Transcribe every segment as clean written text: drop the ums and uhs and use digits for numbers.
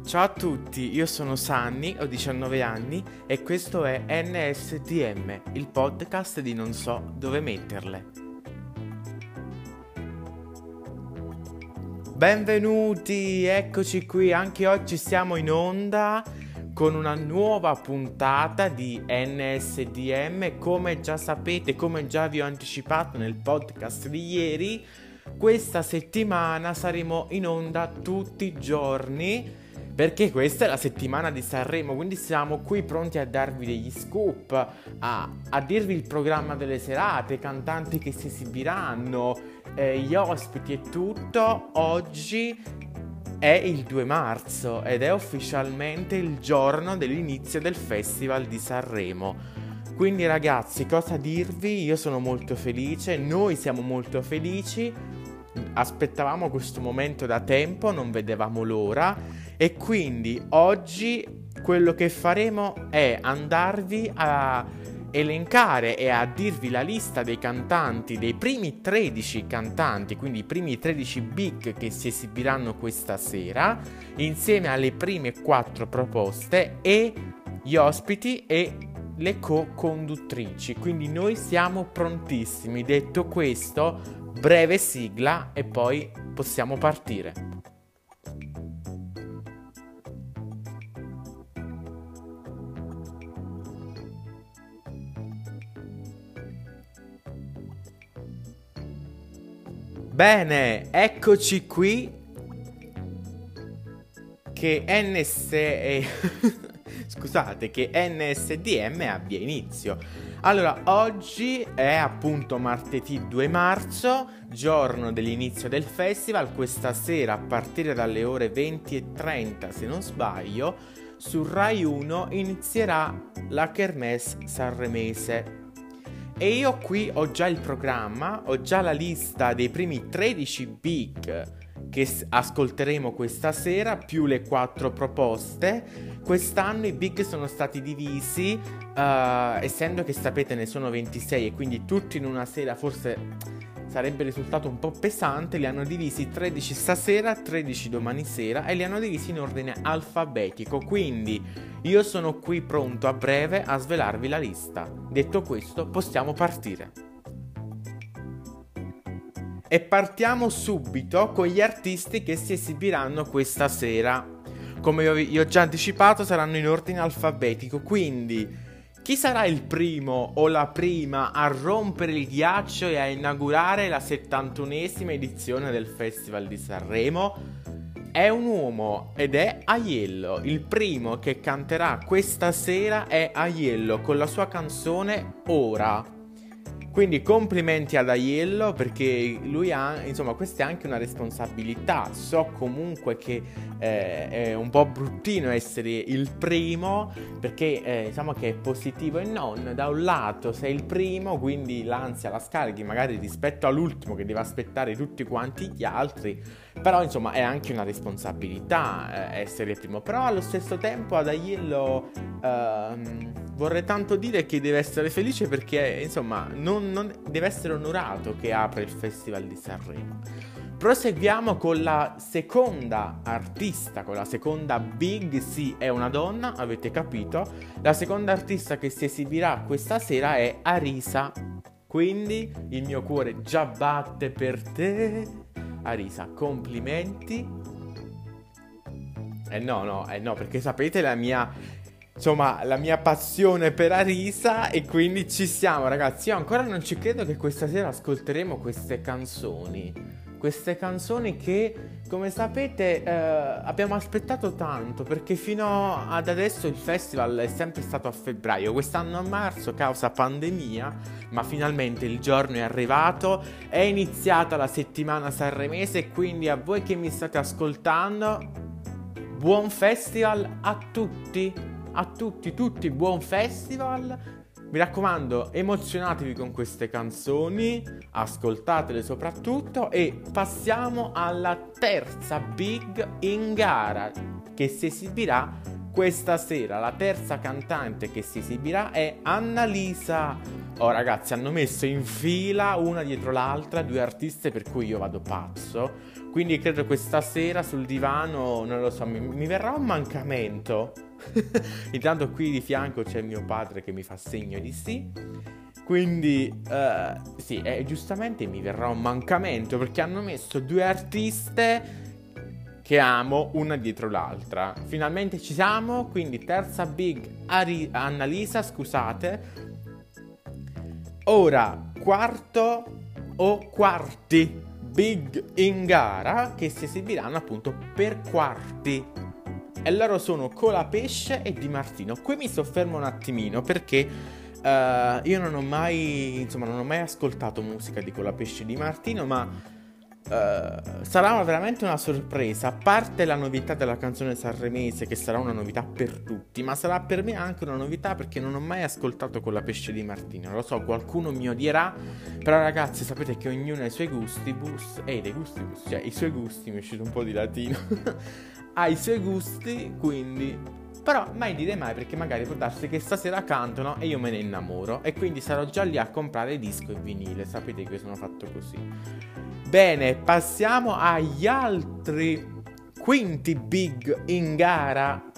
Ciao a tutti, io sono Sanni, ho 19 anni e questo è NSDM, il podcast di Non so dove metterle. Benvenuti, eccoci qui, anche oggi siamo in onda con una nuova puntata di NSDM. Come già sapete, come già vi ho anticipato nel podcast di ieri, questa settimana saremo in onda tutti i giorni perché questa è la settimana di Sanremo, quindi siamo qui pronti a darvi degli scoop, a dirvi il programma delle serate, i cantanti che si esibiranno, gli ospiti e tutto. Oggi è il 2 marzo ed è ufficialmente il giorno dell'inizio del Festival di Sanremo. Quindi ragazzi, cosa dirvi? Io sono molto felice, noi siamo molto felici, aspettavamo questo momento da tempo, non vedevamo l'ora. E quindi oggi quello che faremo è andarvi a elencare e a dirvi la lista dei cantanti, dei primi 13 cantanti, quindi i primi 13 big che si esibiranno questa sera, insieme alle prime 4 proposte e gli ospiti e le co-conduttrici. Quindi noi siamo prontissimi. Detto questo, breve sigla e poi possiamo partire. Bene, eccoci qui che scusate, che NSDM abbia inizio. Allora, oggi è appunto martedì 2 marzo, giorno dell'inizio del festival. Questa sera, a partire dalle ore 20:30, se non sbaglio, su Rai 1 inizierà la Kermesse sanremese. E io qui ho già il programma, ho già la lista dei primi 13 big che ascolteremo questa sera, più le 4 proposte. Quest'anno i big sono stati divisi, essendo che sapete ne sono 26 e quindi tutti in una sera forse sarebbe risultato un po' pesante. Li hanno divisi 13 stasera, 13 domani sera e li hanno divisi in ordine alfabetico. Quindi io sono qui pronto a breve a svelarvi la lista. Detto questo, possiamo partire. E partiamo subito con gli artisti che si esibiranno questa sera. Come vi ho già anticipato, saranno in ordine alfabetico, quindi chi sarà il primo o la prima a rompere il ghiaccio e a inaugurare la 71esima edizione del Festival di Sanremo? È un uomo ed è Aiello. Il primo che canterà questa sera è Aiello con la sua canzone Ora. Quindi complimenti ad Aiello, perché lui ha, insomma, questa è anche una responsabilità. So comunque che è un po' bruttino essere il primo, perché diciamo che è positivo e non. Da un lato sei il primo, quindi l'ansia la scarichi magari rispetto all'ultimo che deve aspettare tutti quanti gli altri. Però insomma è anche una responsabilità essere il primo. Però allo stesso tempo ad Aiello vorrei tanto dire che deve essere felice, perché insomma non deve essere onorato che apre il Festival di Sanremo. Proseguiamo con la seconda artista, con la seconda big. Sì, è una donna, avete capito. La seconda artista che si esibirà questa sera è Arisa. Quindi il mio cuore già batte per te, Arisa, complimenti. No, perché sapete la mia passione per Arisa, e quindi ci siamo, ragazzi. Io ancora non ci credo che questa sera ascolteremo queste canzoni che, come sapete, abbiamo aspettato tanto, perché fino ad adesso il festival è sempre stato a febbraio, quest'anno a marzo causa pandemia, ma finalmente il giorno è arrivato, è iniziata la settimana sanremese, e quindi a voi che mi state ascoltando, buon festival a tutti, tutti buon festival. Mi raccomando, emozionatevi con queste canzoni, ascoltatele soprattutto, e passiamo alla terza big in gara che si esibirà questa sera la terza cantante che si esibirà è Annalisa. Oh ragazzi, hanno messo in fila una dietro l'altra 2 artiste per cui io vado pazzo. Quindi credo questa sera sul divano, non lo so, mi verrà un mancamento. Intanto qui di fianco c'è mio padre che mi fa segno di sì. Quindi sì, giustamente mi verrà un mancamento perché hanno messo 2 artiste che amo una dietro l'altra. Finalmente ci siamo, quindi terza big Annalisa, scusate. Ora quarto o quarti big in gara che si esibiranno appunto per quarti. E loro sono Colapesce e Di Martino. Qui mi soffermo un attimino perché io non ho mai ascoltato musica di Colapesce e Di Martino, ma sarà veramente una sorpresa. A parte la novità della canzone sanremese, che sarà una novità per tutti, ma sarà per me anche una novità perché non ho mai ascoltato Colapesce Di Martino. Lo so, qualcuno mi odierà, però ragazzi sapete che ognuno ha i suoi gustibus, cioè i suoi gusti, mi è uscito un po' di latino. Ha i suoi gusti, quindi però mai dire mai, perché magari può darsi che stasera cantano e io me ne innamoro e quindi sarò già lì a comprare disco e vinile. Sapete che sono fatto così. Bene, passiamo agli altri quinti big in gara.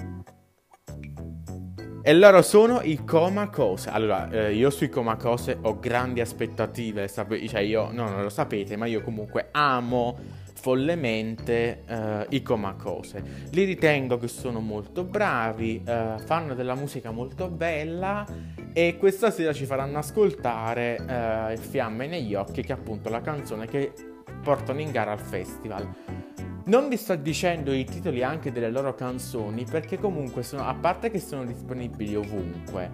E loro sono i Comacose. Allora, io sui Comacose ho grandi aspettative, cioè io, no, non lo sapete, ma io comunque amo follemente i Comacose. Li ritengo che sono molto bravi, fanno della musica molto bella e questa sera ci faranno ascoltare Fiamme negli occhi, che è appunto la canzone che portano in gara al festival. Non vi sto dicendo i titoli anche delle loro canzoni perché comunque sono, a parte che sono disponibili ovunque,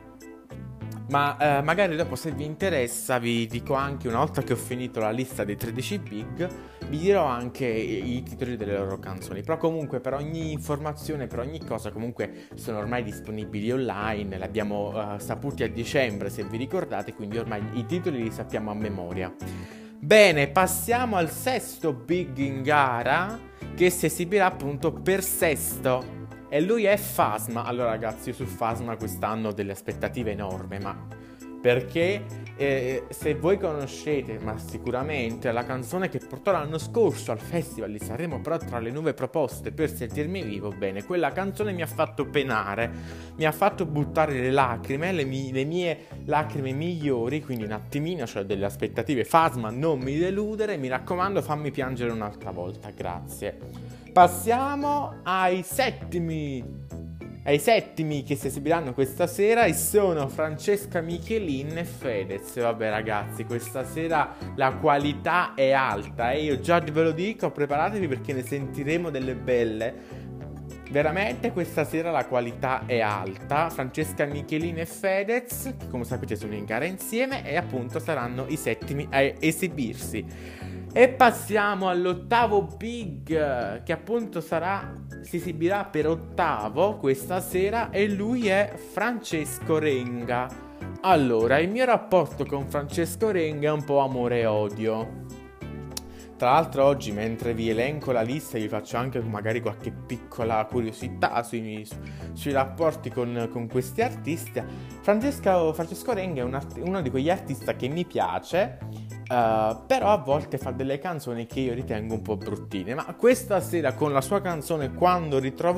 ma magari dopo, se vi interessa, vi dico anche, una volta che ho finito la lista dei 13 big, vi dirò anche i titoli delle loro canzoni. Però comunque per ogni informazione, per ogni cosa, comunque sono ormai disponibili online. L'abbiamo saputi a dicembre, se vi ricordate, quindi ormai i titoli li sappiamo a memoria. Bene, passiamo al sesto big in gara, che si esibirà appunto per sesto. E lui è Phasma. Allora ragazzi, io su Phasma quest'anno ho delle aspettative enormi, ma perché se voi conoscete, ma sicuramente, la canzone che portò l'anno scorso al Festival di Sanremo, però tra le nuove proposte per Sentirmi Vivo, bene, quella canzone mi ha fatto penare, mi ha fatto buttare le lacrime, le mie lacrime migliori, quindi un attimino ho delle aspettative. Phasma, non mi deludere, mi raccomando, fammi piangere un'altra volta, grazie. Passiamo ai settimi che si esibiranno questa sera, e sono Francesca Michelin e Fedez. Vabbè ragazzi, questa sera la qualità è alta e io già ve lo dico, preparatevi perché ne sentiremo delle belle. Veramente questa sera la qualità è alta. Francesca Michelin e Fedez, che come sapete sono in gara insieme, e appunto saranno i settimi a esibirsi. E passiamo all'ottavo big, che appunto si esibirà per ottavo questa sera, e lui è Francesco Renga. Allora, il mio rapporto con Francesco Renga è un po' amore e odio. Tra l'altro oggi, mentre vi elenco la lista, vi faccio anche magari qualche piccola curiosità sui rapporti con questi artisti. Francesco Renga è uno di quegli artisti che mi piace, però a volte fa delle canzoni che io ritengo un po' bruttine. Ma questa sera con la sua canzone Quando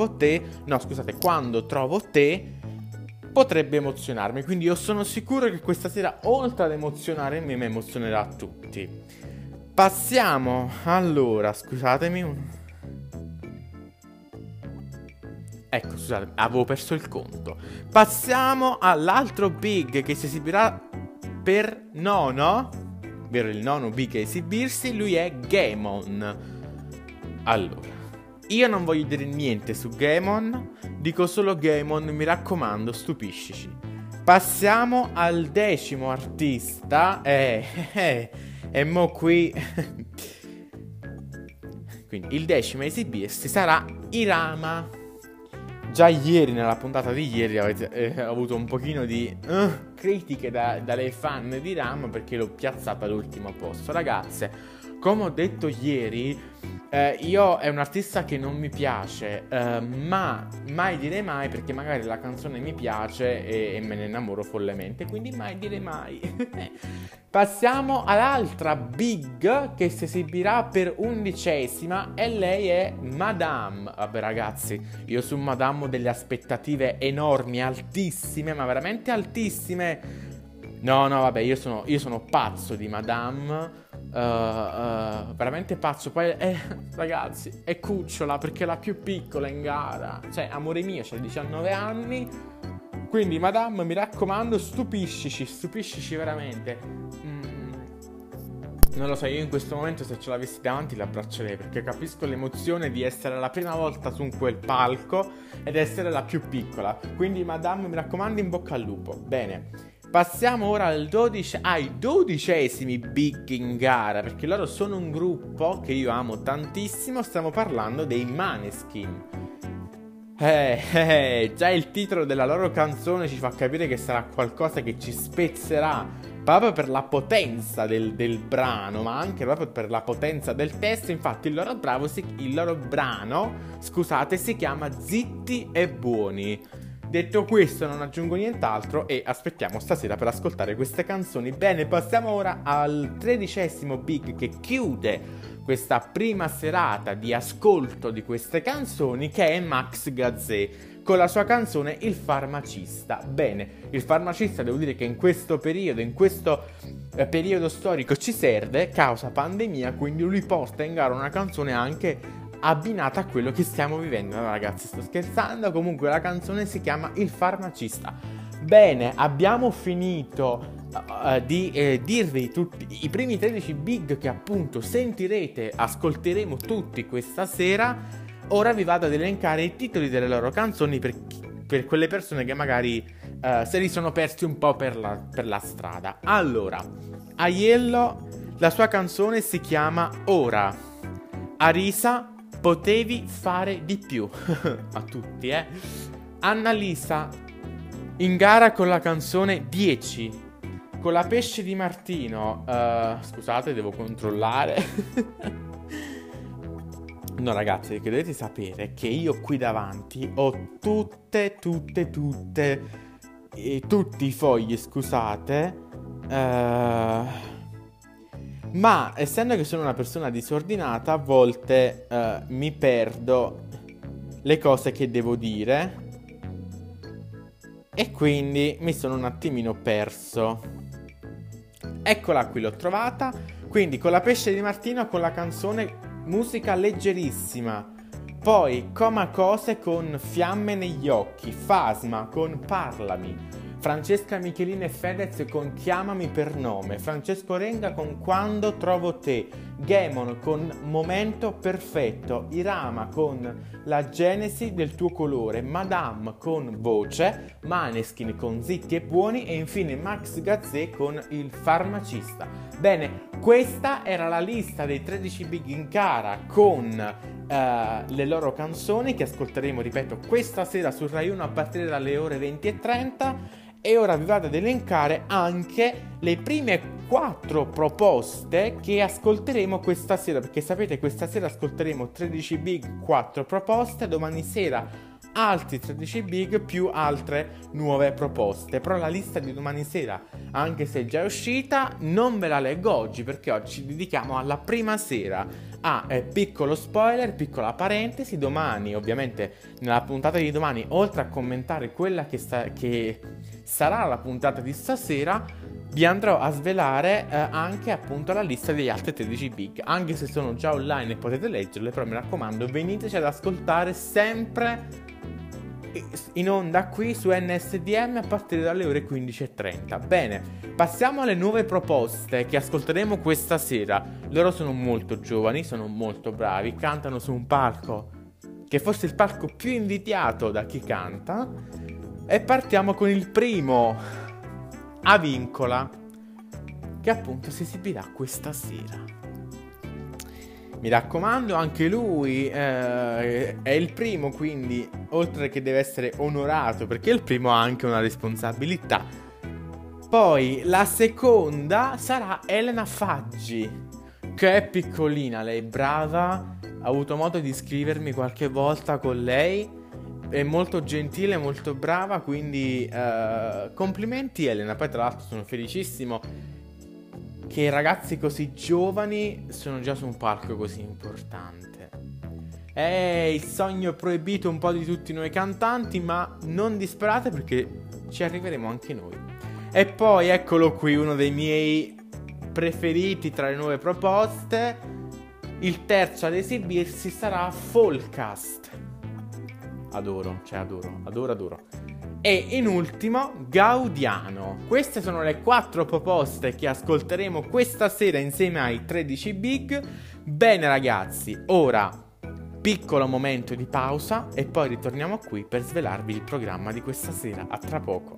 trovo te potrebbe emozionarmi. Quindi io sono sicuro che questa sera, oltre ad emozionarmi, mi emozionerà tutti. Passiamo, allora, scusatemi. Ecco, scusate, avevo perso il conto. Passiamo all'altro big che si esibirà per nono, ovvero il nono big a esibirsi. Lui è Gaemon. Allora, io non voglio dire niente su Gaemon, dico solo Gaemon, mi raccomando, stupiscici. Passiamo al decimo artista. E mo qui quindi il decimo a esibirsi sarà Irama. Già ieri, nella puntata di ieri, avete avuto un pochino di critiche dalle fan di Irama perché l'ho piazzata all'ultimo posto. Ragazze, come ho detto ieri, Io è un artista che non mi piace, ma mai dire mai, perché magari la canzone mi piace e me ne innamoro follemente, quindi mai dire mai. Passiamo all'altra big che si esibirà per 11ª e lei è Madame. Vabbè ragazzi, io su Madame ho delle aspettative enormi, altissime, ma veramente altissime. No, vabbè, io sono pazzo di Madame. Veramente pazzo. Poi ragazzi, è cucciola perché è la più piccola in gara. Cioè, amore mio, c'ha 19 anni. Quindi Madame, mi raccomando, stupiscici veramente. Non lo so, io in questo momento se ce l'avessi davanti l'abbraccerei, perché capisco l'emozione di essere la prima volta su quel palco ed essere la più piccola. Quindi Madame, mi raccomando, in bocca al lupo. Bene. Passiamo ora ai 12esimi big in gara, perché loro sono un gruppo che io amo tantissimo. Stiamo parlando dei Måneskin. Già il titolo della loro canzone ci fa capire che sarà qualcosa che ci spezzerà, proprio per la potenza del brano, ma anche proprio per la potenza del testo. Infatti il loro brano, scusate, si chiama Zitti e Buoni. Detto questo, non aggiungo nient'altro e aspettiamo stasera per ascoltare queste canzoni. Bene, passiamo ora al 13esimo big che chiude questa prima serata di ascolto di queste canzoni, che è Max Gazzè con la sua canzone Il Farmacista. Bene, Il Farmacista devo dire che in questo periodo storico ci serve, causa pandemia, quindi lui porta in gara una canzone anche abbinata a quello che stiamo vivendo. No, ragazzi, sto scherzando. Comunque la canzone si chiama Il Farmacista. Bene, abbiamo finito di dirvi tutti i primi 13 big che appunto ascolteremo tutti questa sera. Ora vi vado ad elencare i titoli delle loro canzoni per quelle persone che magari se li sono persi un po' per la strada. Allora, Aiello, la sua canzone si chiama Ora. Arisa, Potevi fare di più. A tutti, Annalisa in gara con la canzone 10. Con la Pesce di Martino, scusate, devo controllare. No ragazzi, perché dovete sapere che io qui davanti ho tutti i fogli, scusate. Ma essendo che sono una persona disordinata, a volte mi perdo le cose che devo dire e quindi mi sono un attimino perso. Eccola qui, l'ho trovata. Quindi con la Pesce di Martino con la canzone musica leggerissima. Poi Coma Cose con Fiamme negli occhi. Fasma con Parlami. Francesca Michelin e Fedez con Chiamami per nome. Francesco Renga con Quando trovo te. Gemon con Momento perfetto. Irama con La genesi del tuo colore. Madame con Voce. Måneskin con Zitti e Buoni. E infine Max Gazzè con Il Farmacista. Bene, questa era la lista dei 13 big in cara con le loro canzoni che ascolteremo, ripeto, questa sera su Rai 1 a partire dalle ore 20:30. E ora vi vado ad elencare anche le prime 4 proposte che ascolteremo questa sera, perché sapete, questa sera ascolteremo 13 big, 4 proposte, domani sera altri 13 big più altre nuove proposte. Però la lista di domani sera, anche se è già uscita, non ve la leggo oggi, perché oggi ci dedichiamo alla prima sera. Piccolo spoiler, piccola parentesi, domani, ovviamente nella puntata di domani, oltre a commentare quella che sarà la puntata di stasera, vi andrò a svelare anche appunto la lista degli altri 13 big, anche se sono già online e potete leggerle. Però mi raccomando, veniteci ad ascoltare sempre in onda qui su NSDM a partire dalle ore 15:30. Bene, passiamo alle nuove proposte che ascolteremo questa sera. Loro sono molto giovani, sono molto bravi, cantano su un palco che forse è il palco più invidiato da chi canta. E partiamo con il primo, Avincola, che appunto si esibirà questa sera. Mi raccomando, anche lui è il primo, quindi oltre che deve essere onorato, perché il primo ha anche una responsabilità. Poi la seconda sarà Elena Faggi che è piccolina, lei è brava, ho avuto modo di scrivermi qualche volta con lei, è molto gentile, molto brava, quindi complimenti Elena. Poi tra l'altro sono felicissimo che ragazzi così giovani sono già su un palco così importante. È il sogno proibito un po' di tutti noi cantanti, ma non disperate perché ci arriveremo anche noi. E poi eccolo qui, uno dei miei preferiti tra le nuove proposte. Il terzo ad esibirsi sarà Fallcast. Adoro. E in ultimo Gaudiano. Queste sono le 4 proposte che ascolteremo questa sera insieme ai 13 Big. Bene ragazzi, ora piccolo momento di pausa e poi ritorniamo qui per svelarvi il programma di questa sera. A tra poco.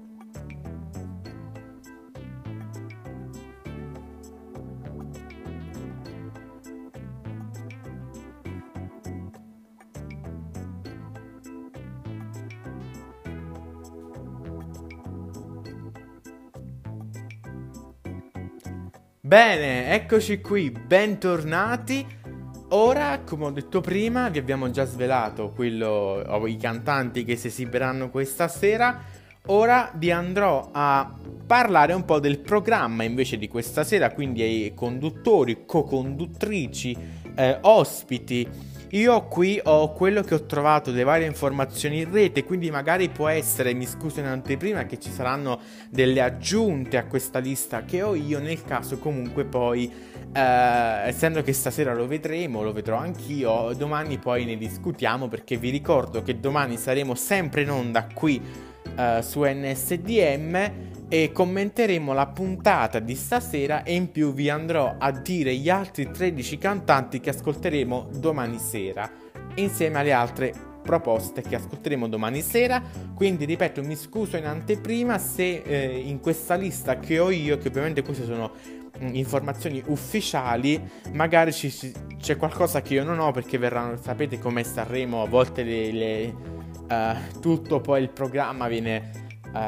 Bene, eccoci qui, bentornati. Ora, come ho detto prima, vi abbiamo già svelato i cantanti che si esibiranno questa sera. Ora vi andrò a parlare un po' del programma invece di questa sera, quindi ai conduttori, co-conduttrici, ospiti. Io qui ho quello che ho trovato, le varie informazioni in rete, quindi magari può essere, mi scuso in anteprima, che ci saranno delle aggiunte a questa lista che ho io, nel caso comunque poi, essendo che stasera lo vedrò anch'io, domani poi ne discutiamo, perché vi ricordo che domani saremo sempre in onda qui su NSDM e commenteremo la puntata di stasera e in più vi andrò a dire gli altri 13 cantanti che ascolteremo domani sera insieme alle altre proposte che ascolteremo domani sera. Quindi ripeto, mi scuso in anteprima se in questa lista che ho io, che ovviamente queste sono informazioni ufficiali, magari c'è qualcosa che io non ho, perché verranno, sapete come Sanremo, a volte tutto poi il programma viene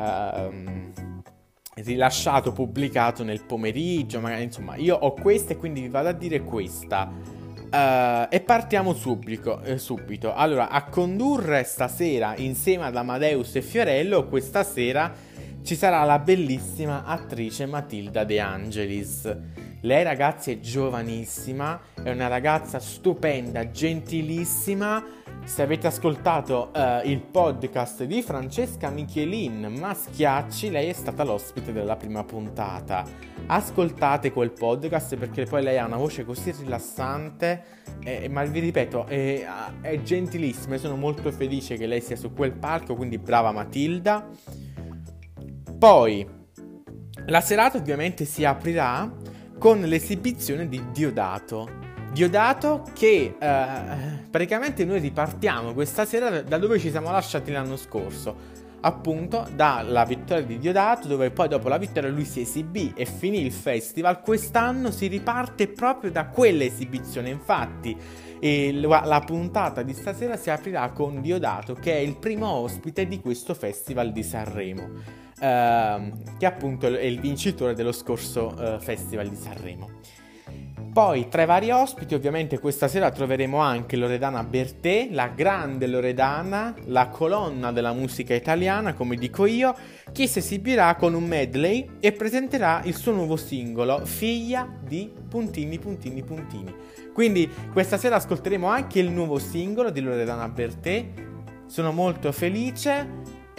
rilasciato, pubblicato nel pomeriggio, magari, insomma, io ho queste, quindi vi vado a dire questa. E partiamo subito. Allora, a condurre stasera insieme ad Amadeus e Fiorello, questa sera ci sarà la bellissima attrice Matilda De Angelis. Lei, ragazzi, è giovanissima, è una ragazza stupenda, gentilissima. Se avete ascoltato il podcast di Francesca Michelin, Maschiacci, lei è stata l'ospite della prima puntata. Ascoltate quel podcast perché poi lei ha una voce così rilassante, ma vi ripeto, è gentilissima. Io sono molto felice che lei sia su quel palco, quindi brava Matilda. Poi la serata ovviamente si aprirà con l'esibizione di Diodato che praticamente noi ripartiamo questa sera da dove ci siamo lasciati l'anno scorso, appunto dalla vittoria di Diodato, dove poi dopo la vittoria lui si esibì e finì il festival. Quest'anno si riparte proprio da quell'esibizione, infatti la puntata di stasera si aprirà con Diodato, che è il primo ospite di questo festival di Sanremo, che appunto è il vincitore dello scorso festival di Sanremo. Poi tra i vari ospiti ovviamente questa sera troveremo anche Loredana Bertè, la grande Loredana, la colonna della musica italiana, come dico io, che si esibirà con un medley e presenterà il suo nuovo singolo, Figlia di puntini puntini puntini. Quindi questa sera ascolteremo anche il nuovo singolo di Loredana Bertè. Sono molto felice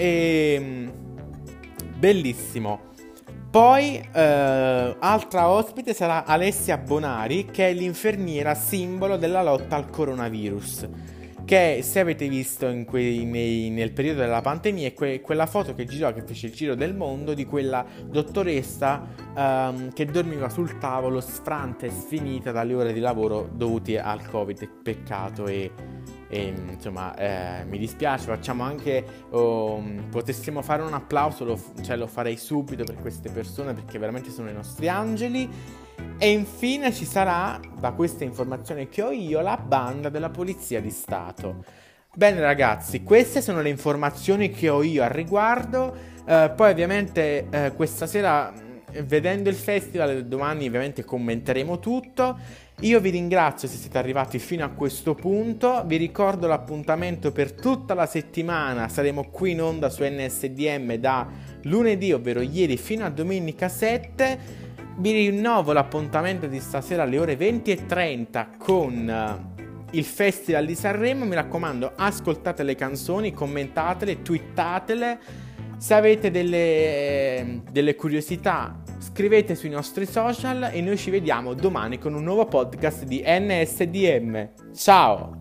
e bellissimo. Poi altra ospite sarà Alessia Bonari, che è l'infermiera simbolo della lotta al coronavirus, che se avete visto nel periodo della pandemia è quella foto che fece il giro del mondo, di quella dottoressa che dormiva sul tavolo, sfranta e sfinita dalle ore di lavoro dovute al Covid. Peccato e insomma mi dispiace. Facciamo anche potessimo fare un applauso, lo farei subito per queste persone, perché veramente sono i nostri angeli. E infine ci sarà, da questa informazione che ho io, la banda della Polizia di Stato. Bene ragazzi, queste sono le informazioni che ho io al riguardo. Poi ovviamente questa sera vedendo il festival domani ovviamente commenteremo tutto. Io vi ringrazio se siete arrivati fino a questo punto, vi ricordo l'appuntamento per tutta la settimana, saremo qui in onda su NSDM da lunedì, ovvero ieri, fino a domenica 7. Vi rinnovo l'appuntamento di stasera alle ore 20:30 con il Festival di Sanremo. Mi raccomando, ascoltate le canzoni, commentatele, twittatele. Se avete delle curiosità, scrivete sui nostri social e noi ci vediamo domani con un nuovo podcast di NSDM. Ciao!